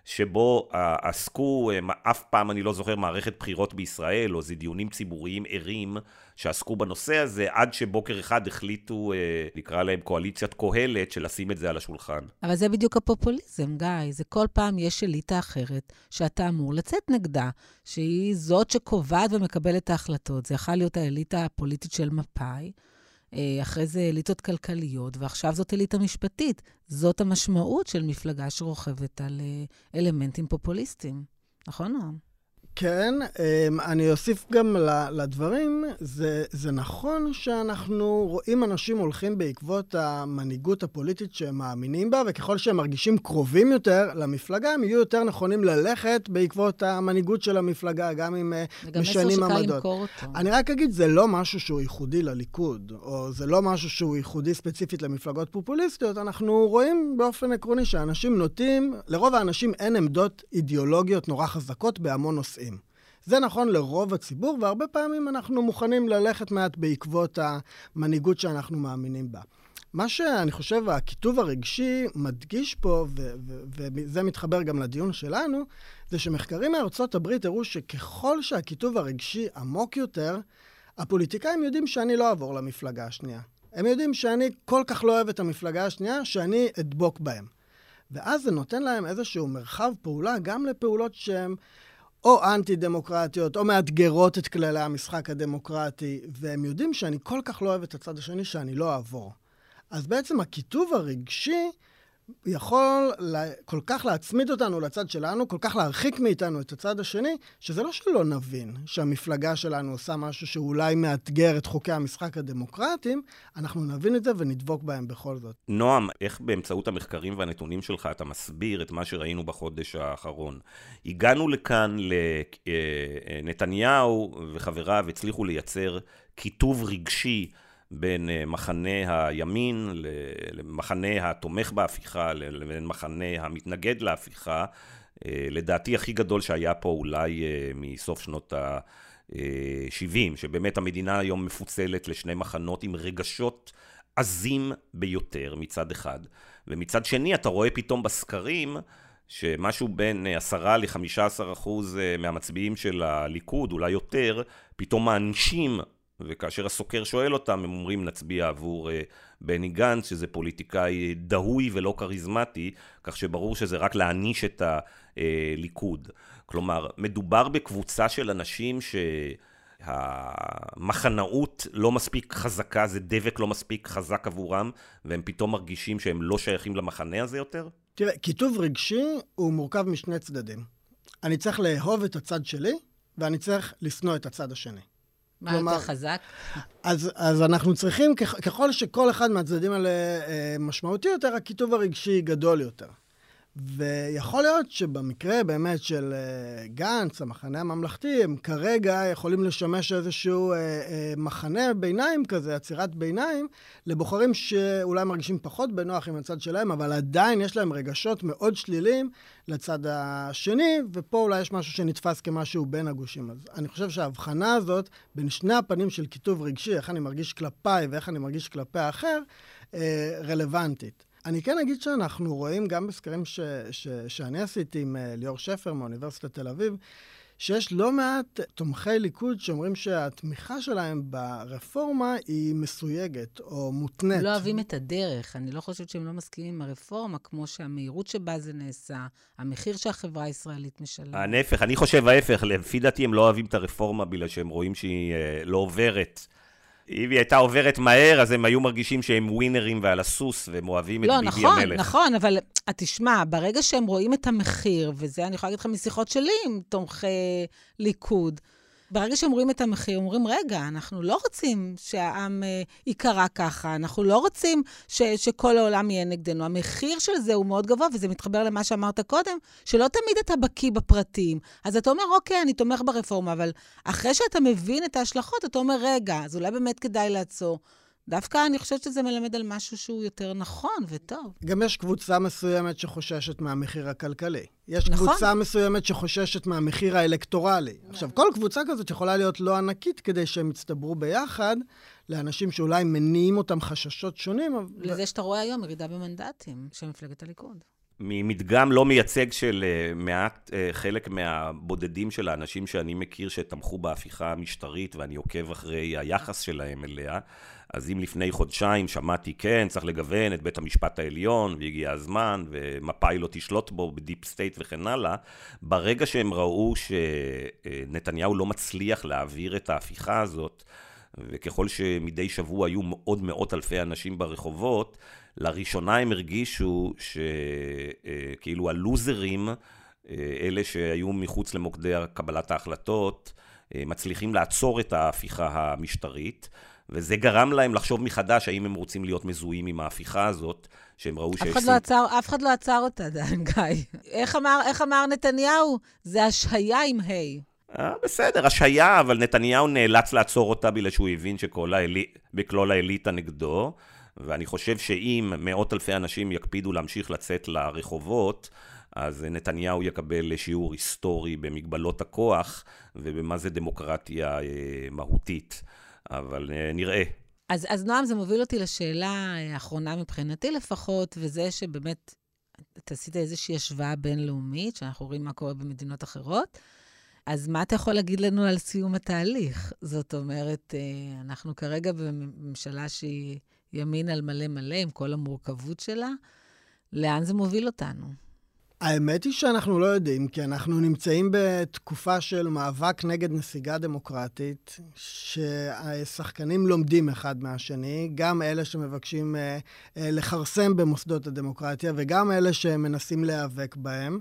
שבו עסקו, אף פעם אני לא זוכר מערכת בחירות בישראל, או זה דיונים ציבוריים ערים שעסקו בנושא הזה, עד שבוקר אחד החליטו, נקרא להם קואליציית קהלת, של לשים את זה על השולחן. אבל זה בדיוק הפופוליזם, גיא. זה כל פעם יש אליטה אחרת, שאתה אמור לצאת נגדה, שהיא זאת שקובעת ומקבלת את ההחלטות. זה יכול להיות האליטה הפוליטית של מפאי, אחרי זה אליטות כלכליות, ועכשיו זאת אליטה משפטית. זאת המשמעות של מפלגה שרוכבת על אלמנטים פופוליסטיים. נכון, נועם? כן, אני אוסיף גם לדברים, זה, זה נכון שאנחנו רואים אנשים הולכים בעקבות המנהיגות הפוליטית שהם מאמינים בה, וככל שהם מרגישים קרובים יותר למפלגה, הם יהיו יותר נכונים ללכת בעקבות המנהיגות של המפלגה, גם אם משנים עמדות. אני רק אגיד, זה לא משהו שהוא ייחודי לליכוד, או זה לא משהו שהוא ייחודי ספציפית למפלגות פופוליסטיות, אנחנו רואים באופן עקרוני שאנשים נוטים, לרוב האנשים אין עמדות אידיאולוגיות נורא חזקות בהמון נושאים. זה נכון לרוב הציבור, והרבה פעמים אנחנו מוכנים ללכת מעט בעקבות המנהיגות שאנחנו מאמינים בה. מה שאני חושב, הכיתוב הרגשי מדגיש פה, וזה מתחבר גם לדיון שלנו, זה שמחקרים מארצות הברית הראו שככל שהכיתוב הרגשי עמוק יותר, הפוליטיקאים יודעים שאני לא אעבור למפלגה השנייה. הם יודעים שאני כל כך לא אוהב את המפלגה השנייה, שאני אדבוק בהם. ואז זה נותן להם איזשהו מרחב פעולה, גם לפעולות שהן או אנטי-דמוקרטיות, או מאתגרות את כללי המשחק הדמוקרטי, והם יודעים שאני כל כך לא אוהב את הצד השני שאני לא אעבור. אז בעצם הכיתוב הרגשי יכול כל כך להצמיד אותנו לצד שלנו, כל כך להרחיק מאיתנו את הצד השני, שזה לא שלא נבין שהמפלגה שלנו עושה משהו שאולי מאתגר את חוקי המשחק הדמוקרטיים, אנחנו נבין את זה ונדבוק בהם בכל זאת. נועם, איך באמצעות המחקרים והנתונים שלך אתה מסביר את מה שראינו בחודש האחרון? הגענו לכאן לנתניהו וחבריו הצליחו לייצר כיתוב רגשי בין מחנה הימין למחנה התומך בהפיכה, לבין מחנה המתנגד להפיכה, לדעתי הכי גדול שהיה פה אולי מסוף שנות ה-שבעים, שבאמת המדינה היום מפוצלת לשני מחנות עם רגשות עזים ביותר מצד אחד, ומצד שני אתה רואה פתאום בסקרים שמשהו בין עשרה ל-חמישה עשר אחוז מהמצביעים של הליכוד, אולי יותר, פתאום מאנשים וכאשר הסוקר שואל אותם, הם אומרים נצביע עבור uh, בני גנץ, שזה פוליטיקאי דהוי ולא כריזמטי, כך שברור שזה רק להעניש את הליכוד. כלומר, מדובר בקבוצה של אנשים שהמחנאות לא מספיק חזקה, זה דבק לא מספיק חזק עבורם, והם פתאום מרגישים שהם לא שייכים למחנה הזה יותר? תראה, כיתוב רגשי הוא מורכב משני צדדים. אני צריך לאהוב את הצד שלי, ואני צריך לשנוא את הצד השני. מה כלומר, יותר חזק? אז, אז אנחנו צריכים, ככל שכל אחד מהצדדים האלה אה, משמעותי יותר, הכיתוב הרגשי גדול יותר. ויכול להיות שבמקרה באמת של אה, גנץ, המחנה הממלכתי, הם כרגע יכולים לשמש איזשהו אה, אה, מחנה ביניים כזה, עצירת ביניים, לבוחרים שאולי מרגישים פחות בנוח עם הצד שלהם, אבל עדיין יש להם רגשות מאוד שליליים לצד השני, ופה אולי יש משהו שנתפס כמשהו בין הגושים. אז אני חושב שההבחנה הזאת, בין שני הפנים של כיתוב רגשי, איך אני מרגיש כלפיי ואיך אני מרגיש כלפי האחר, אה, רלוונטית. אני כן אגיד שאנחנו רואים גם בסקרים ש, ש, שאני עשיתי עם ליאור שפר מאוניברסיטת תל אביב, שיש לא מעט תומכי ליכוד שאומרים שהתמיכה שלהם ברפורמה היא מסויגת או מותנית. לא אוהבים את הדרך. אני לא חושבת שהם לא מסכימים עם הרפורמה, כמו שהמהירות שבה זה נעשה, המחיר שהחברה הישראלית משלמת. הנפך, אני חושב ההפך, לפי דעתי הם לא אוהבים את הרפורמה בגלל שהם רואים שהיא לא עוברת. אם היא הייתה עוברת מהר, אז הם היו מרגישים שהם ווינרים ועל הסוס, והם אוהבים את לא, ביבי נכון, המלך. נכון, אבל תשמע, ברגע שהם רואים את המחיר, וזה אני יכולה להגיד לך משיחות שלי עם תומכי ליכוד, ברגע שהם רואים את המחיר, אומרים, רגע, אנחנו לא רוצים שהעם אה, יקרה ככה, אנחנו לא רוצים ש, שכל העולם יהיה נגדנו. המחיר של זה הוא מאוד גבוה, וזה מתחבר למה שאמרת קודם, שלא תמיד אתה בקיא בפרטים. אז אתה אומר, אוקיי, אני תומך ברפורמה, אבל אחרי שאתה מבין את ההשלכות, אתה אומר, רגע, אז אולי באמת כדאי לעצור. דווקא אני חושבת שזה מלמד על משהו שהוא יותר נכון וטוב. גם יש קבוצה מסוימת שחוששת מהמחיר הכלכלי. יש נכון. קבוצה מסוימת שחוששת מהמחיר האלקטורלי. עכשיו, כל קבוצה כזאת יכולה להיות לא ענקית כדי שהם יצטברו ביחד לאנשים שאולי מניעים אותם חששות שונים. לזה שאתה רואה היום ירידה במנדטים של מפלגת הליכוד. ממדגם לא מייצג של מעט, חלק מהבודדים של האנשים שאני מכיר שתמכו בהפיכה המשטרית, ואני עוקב אחרי היחס שלהם אליה, אז אם לפני חודשיים שמעתי, כן, צריך לגוון את בית המשפט העליון, והגיע הזמן, ומפאי לא תשלוט בו בדיפ סטייט וכן הלאה, ברגע שהם ראו שנתניהו לא מצליח להעביר את ההפיכה הזאת, וככל שמדי שבוע היו עוד מאות אלפי אנשים ברחובות, לראשונה הם הרגישו שכאילו הלוזרים, אלה שהיו מחוץ למוקדי קבלת ההחלטות, מצליחים לעצור את ההפיכה המשטרית, וזה גרם להם לחשוב מחדש האם הם רוצים להיות מזוהים עם ההפיכה הזאת, שהם ראו שיש... אף אחד לא עצר, אף אחד לא עצר אותה, דן גיא. איך אמר, איך אמר נתניהו? זה השהיה עם היי. אה, בסדר, השהיה, אבל נתניהו נאלץ לעצור אותה בגלל שהוא הבין שכל האלי... בכלול האליטה נגדו, ואני חושב שאם מאות אלפי אנשים יקפידו להמשיך לצאת לרחובות, אז נתניהו יקבל שיעור היסטורי במגבלות הכוח, ובמה זה דמוקרטיה מהותית. אבל נראה. אז, אז נועם, זה מוביל אותי לשאלה האחרונה מבחינתי לפחות, וזה שבאמת, אתה עשית איזושהי השוואה בינלאומית, שאנחנו רואים מה קורה במדינות אחרות, אז מה אתה יכול להגיד לנו על סיום התהליך? זאת אומרת, אנחנו כרגע בממשלה שהיא ימין על מלא מלא, עם כל המורכבות שלה, לאן זה מוביל אותנו? האמת היא שאנחנו לא יודעים, כי אנחנו נמצאים בתקופה של מאבק נגד נסיגה דמוקרטית, שהשחקנים לומדים אחד מהשני, גם אלה שמבקשים לחרסם במוסדות הדמוקרטיה, וגם אלה שמנסים להיאבק בהם,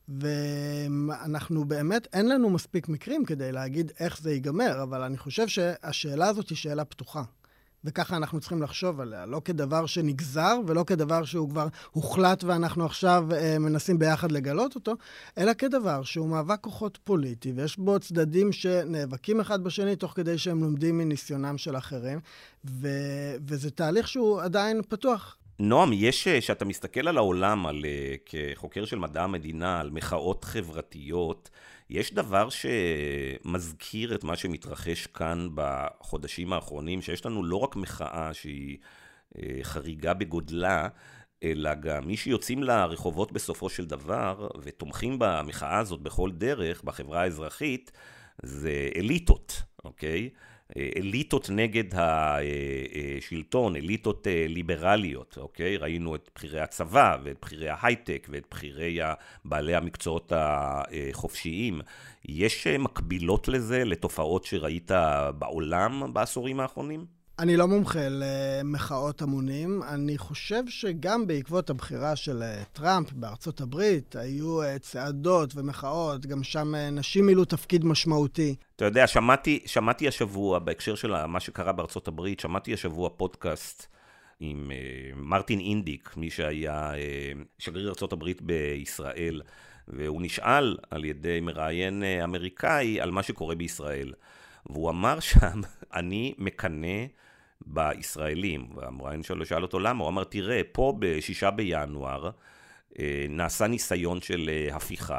ואנחנו באמת, אין לנו מספיק מקרים כדי להגיד איך זה ייגמר, אבל אני חושב שהשאלה הזאת היא שאלה פתוחה. וככה אנחנו צריכים לחשוב עליה, לא כדבר שנגזר ולא כדבר שהוא כבר הוחלט ואנחנו עכשיו אה, מנסים ביחד לגלות אותו, אלא כדבר שהוא מאבק כוחות פוליטי, ויש בו צדדים שנאבקים אחד בשני תוך כדי שהם לומדים מניסיונם של אחרים, ו... וזה תהליך שהוא עדיין פתוח. נועם, יש, שאתה מסתכל על העולם, על, כחוקר של מדע המדינה, על מחאות חברתיות, יש דבר שמזכיר את מה שמתרחש כאן בחודשים האחרונים, שיש לנו לא רק מחאה שהיא חריגה בגודלה, אלא גם מי שיוצאים לרחובות בסופו של דבר, ותומכים במחאה הזאת בכל דרך, בחברה האזרחית, זה אליטות, אוקיי? אליטות נגד השלטון, אליטות ליברליות, אוקיי? ראינו את בחירי הצבא ואת בחירי ההייטק ואת בחירי בעלי המקצועות החופשיים. יש מקבילות לזה, לתופעות שראית בעולם בעשורים האחרונים? אני לא מומחה למחאות המונים. אני חושב שגם בעקבות הבחירה של טראמפ בארצות הברית, היו צעדות ומחאות, גם שם נשים מילאו תפקיד משמעותי. אתה יודע, שמעתי, שמעתי השבוע, בהקשר של מה שקרה בארצות הברית, שמעתי השבוע פודקאסט עם uh, מרטין אינדיק, מי שהיה uh, שגריר ארצות הברית בישראל, והוא נשאל על ידי מראיין uh, אמריקאי על מה שקורה בישראל. והוא אמר שם, אני מקנה בישראלים, והמראיין שלו שאל אותו למה, הוא אמר, תראה, פה בשישה בינואר נעשה ניסיון של הפיכה,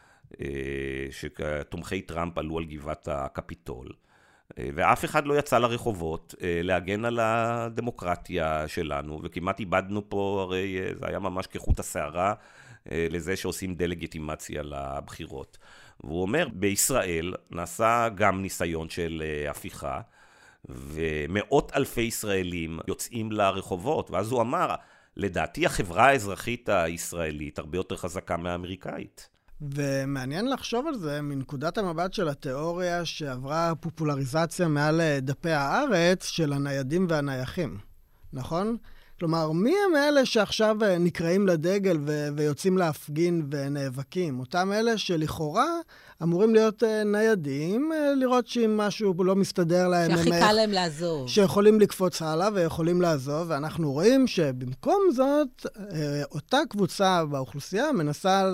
שתומכי טראמפ עלו על גבעת הקפיטול, ואף אחד לא יצא לרחובות להגן על הדמוקרטיה שלנו, וכמעט איבדנו פה, הרי זה היה ממש כחוט השערה לזה שעושים דלגיטימציה לבחירות. והוא אומר, בישראל נעשה גם ניסיון של הפיכה, ומאות אלפי ישראלים יוצאים לרחובות, ואז הוא אמר, לדעתי החברה האזרחית הישראלית הרבה יותר חזקה מהאמריקאית. ומעניין לחשוב על זה מנקודת המבט של התיאוריה שעברה פופולריזציה מעל דפי הארץ של הניידים והנייחים, נכון? כלומר, מי הם אלה שעכשיו נקראים לדגל ו- ויוצאים להפגין ונאבקים? אותם אלה שלכאורה אמורים להיות ניידים, לראות שאם משהו לא מסתדר להם, שהכי קל להם לעזוב. שיכולים לקפוץ הלאה ויכולים לעזוב, ואנחנו רואים שבמקום זאת, אותה קבוצה באוכלוסייה מנסה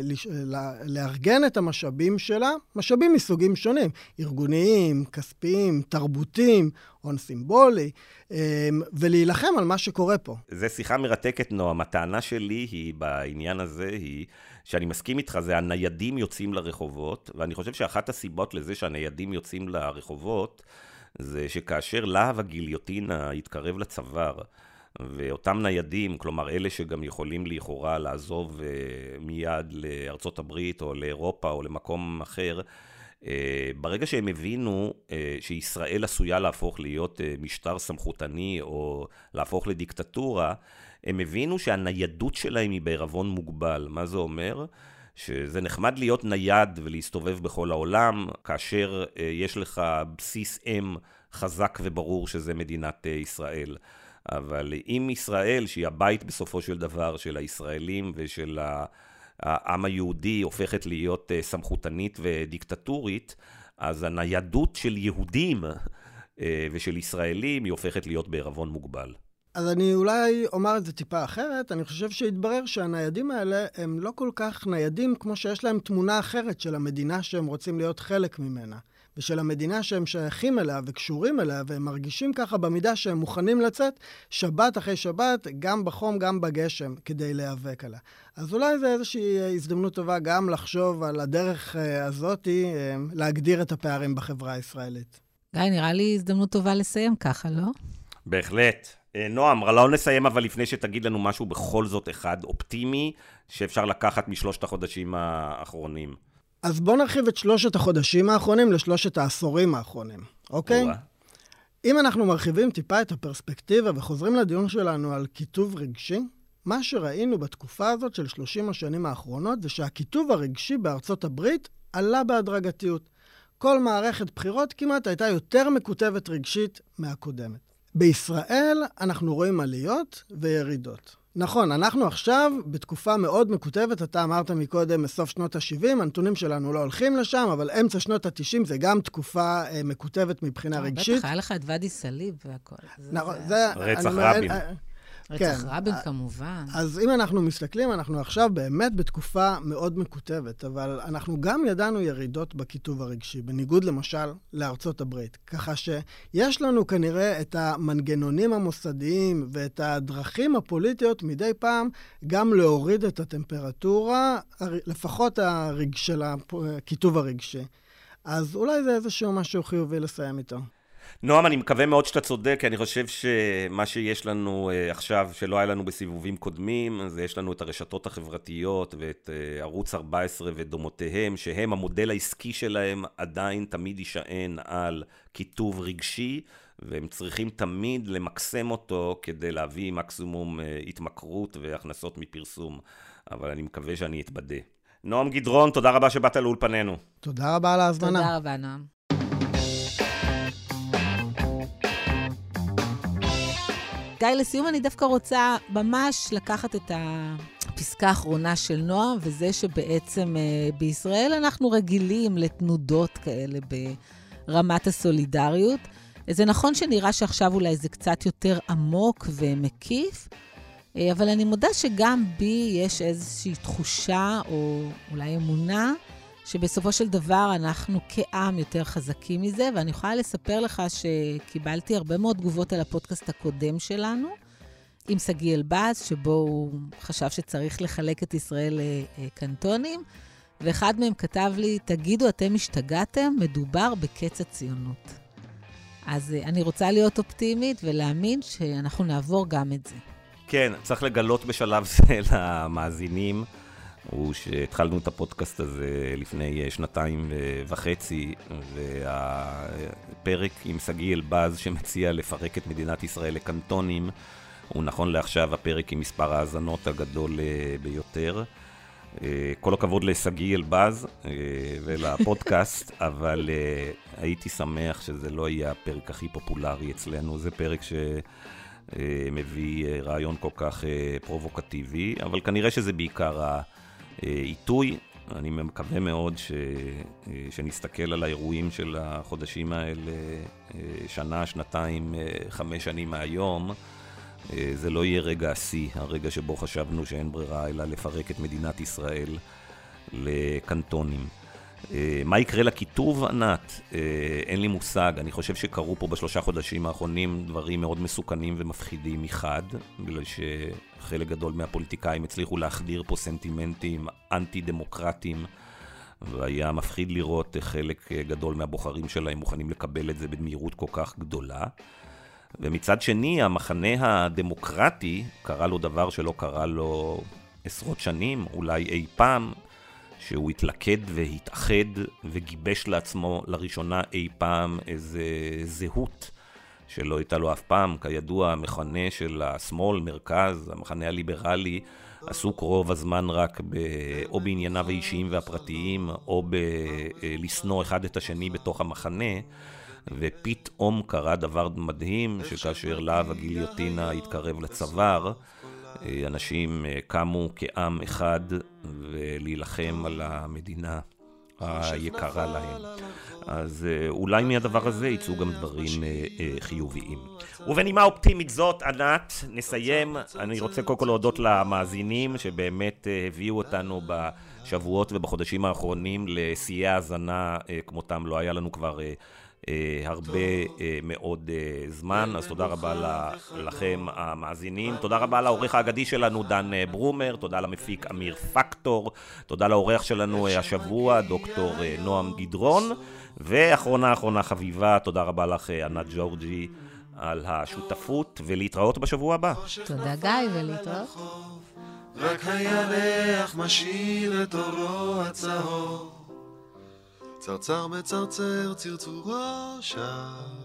לארגן את המשאבים שלה, משאבים מסוגים שונים, ארגוניים, כספיים, תרבותיים, הון סימבולי, ולהילחם על מה שקורה פה. זה שיחה מרתקת, נועם. הטענה שלי היא בעניין הזה, היא שאני מסכים איתך, זה הניידים יוצאים לרחובות, ואני חושב שאחת הסיבות לזה שהניידים יוצאים לרחובות, זה שכאשר להב הגיליוטינה יתקרב לצוואר, ואותם ניידים, כלומר אלה שגם יכולים לכאורה לעזוב מיד לארצות הברית או לאירופה או למקום אחר, ברגע שהם הבינו שישראל עשויה להפוך להיות משטר סמכותני או להפוך לדיקטטורה, הם הבינו שהניידות שלהם היא בערבון מוגבל. מה זה אומר? שזה נחמד להיות נייד ולהסתובב בכל העולם, כאשר יש לך בסיס אם חזק וברור שזה מדינת ישראל. אבל אם ישראל, שהיא הבית בסופו של דבר של הישראלים ושל העם היהודי, הופכת להיות סמכותנית ודיקטטורית, אז הניידות של יהודים ושל ישראלים היא הופכת להיות בערבון מוגבל. אז אני אולי אומר את זה טיפה אחרת. אני חושב שהתברר שהניידים האלה הם לא כל כך ניידים כמו שיש להם תמונה אחרת של המדינה שהם רוצים להיות חלק ממנה, ושל המדינה שהם שייכים אליה וקשורים אליה, והם מרגישים ככה במידה שהם מוכנים לצאת שבת אחרי שבת, גם בחום, גם בגשם, כדי להיאבק עליה. אז אולי זה איזושהי הזדמנות טובה גם לחשוב על הדרך הזאת, להגדיר את הפערים בחברה הישראלית. גיא, נראה לי הזדמנות טובה לסיים ככה, לא? בהחלט. נועם, לא נסיים אבל לפני שתגיד לנו משהו בכל זאת אחד אופטימי, שאפשר לקחת משלושת החודשים האחרונים. אז בואו נרחיב את שלושת החודשים האחרונים לשלושת העשורים האחרונים, אוקיי? אוה. אם אנחנו מרחיבים טיפה את הפרספקטיבה וחוזרים לדיון שלנו על כיתוב רגשי, מה שראינו בתקופה הזאת של שלושים השנים האחרונות זה שהכיתוב הרגשי בארצות הברית עלה בהדרגתיות. כל מערכת בחירות כמעט הייתה יותר מקוטבת רגשית מהקודמת. בישראל אנחנו רואים עליות וירידות. נכון, אנחנו עכשיו בתקופה מאוד מקוטבת, אתה אמרת מקודם מסוף שנות ה-שבעים, הנתונים שלנו לא הולכים לשם, אבל אמצע שנות ה-תשעים זה גם תקופה אה, מקוטבת מבחינה רגשית. בטח, היה לך את ואדי סליב והכל. נכון, זה... רצח רבין. רצח רבין כמובן. אז אם אנחנו מסתכלים, אנחנו עכשיו באמת בתקופה מאוד מקוטבת, אבל אנחנו גם ידענו ירידות בכיתוב הרגשי, בניגוד למשל לארצות הברית. ככה שיש לנו כנראה את המנגנונים המוסדיים ואת הדרכים הפוליטיות מדי פעם גם להוריד את הטמפרטורה, לפחות הרג של הכיתוב הרגשי. אז אולי זה איזשהו משהו חיובי לסיים איתו. נועם, אני מקווה מאוד שאתה צודק, כי אני חושב שמה שיש לנו עכשיו, שלא היה לנו בסיבובים קודמים, זה יש לנו את הרשתות החברתיות ואת ערוץ ארבע עשרה ודומותיהם, שהם המודל העסקי שלהם עדיין תמיד יישען על כיתוב רגשי, והם צריכים תמיד למקסם אותו כדי להביא מקסימום התמכרות והכנסות מפרסום. אבל אני מקווה שאני אתבדה. נועם גדרון, תודה רבה שבאת לאולפנינו. תודה רבה על ההזמנה. תודה רבה, נועם. גיא, לסיום אני דווקא רוצה ממש לקחת את הפסקה האחרונה של נועם, וזה שבעצם בישראל אנחנו רגילים לתנודות כאלה ברמת הסולידריות. זה נכון שנראה שעכשיו אולי זה קצת יותר עמוק ומקיף, אבל אני מודה שגם בי יש איזושהי תחושה או אולי אמונה, שבסופו של דבר אנחנו כעם יותר חזקים מזה, ואני יכולה לספר לך שקיבלתי הרבה מאוד תגובות על הפודקאסט הקודם שלנו, עם סגי אלבאז, שבו הוא חשב שצריך לחלק את ישראל לקנטונים, ואחד מהם כתב לי, תגידו, אתם השתגעתם? מדובר בקץ הציונות. אז אני רוצה להיות אופטימית ולהאמין שאנחנו נעבור גם את זה. כן, צריך לגלות בשלב זה למאזינים, הוא שהתחלנו את הפודקאסט הזה לפני שנתיים וחצי, והפרק עם סגי אלבאז שמציע לפרק את מדינת ישראל לקנטונים, הוא נכון לעכשיו הפרק עם מספר האזנות הגדול ביותר. כל הכבוד לסגי אלבאז ולפודקאסט, אבל הייתי שמח שזה לא יהיה הפרק הכי פופולרי אצלנו, זה פרק שמביא רעיון כל כך פרובוקטיבי, אבל כנראה שזה בעיקר העיתוי. אני מקווה מאוד ש... שנסתכל על האירועים של החודשים האלה, שנה, שנתיים, חמש שנים מהיום, זה לא יהיה רגע השיא, הרגע שבו חשבנו שאין ברירה אלא לפרק את מדינת ישראל לקנטונים. מה יקרה לכיתוב, ענת? אין לי מושג. אני חושב שקרו פה בשלושה חודשים האחרונים דברים מאוד מסוכנים ומפחידים מחד, בגלל שחלק גדול מהפוליטיקאים הצליחו להחדיר פה סנטימנטים אנטי-דמוקרטיים, והיה מפחיד לראות חלק גדול מהבוחרים שלהם מוכנים לקבל את זה במהירות כל כך גדולה. ומצד שני, המחנה הדמוקרטי קרא לו דבר שלא קרא לו עשרות שנים, אולי אי פעם, שהוא התלכד והתאחד וגיבש לעצמו לראשונה אי פעם איזה זהות שלא הייתה לו אף פעם. כידוע, המחנה של השמאל, מרכז, המחנה הליברלי, עסוק רוב הזמן רק ב... או בענייניו האישיים והפרטיים, או בלסנוע אחד את השני בתוך המחנה, ופתאום קרה דבר מדהים, שכאשר להב הגיליוטינה התקרב לצוואר, אנשים קמו כעם אחד ולהילחם על המדינה היקרה להם. אז אולי מהדבר הזה יצאו גם דברים חיוביים. ובנימה אופטימית זאת, ענת, נסיים. אני רוצה קודם כל להודות למאזינים שבאמת הביאו אותנו בשבועות ובחודשים האחרונים לשיאי האזנה כמותם. לא היה לנו כבר הרבה מאוד זמן, אז תודה רבה לכם המאזינים. תודה רבה לעורך האגדי שלנו דן ברומר, תודה למפיק אמיר פקטור, תודה לעורך שלנו השבוע דוקטור נועם גדרון, ואחרונה אחרונה חביבה, תודה רבה לך ענת ג'ורג'י על השותפות, ולהתראות בשבוע הבא. תודה גיא, ולהתראות. רק הירח משאיר את אורו הצהוב, צרצר מצרצר צרצורו שם.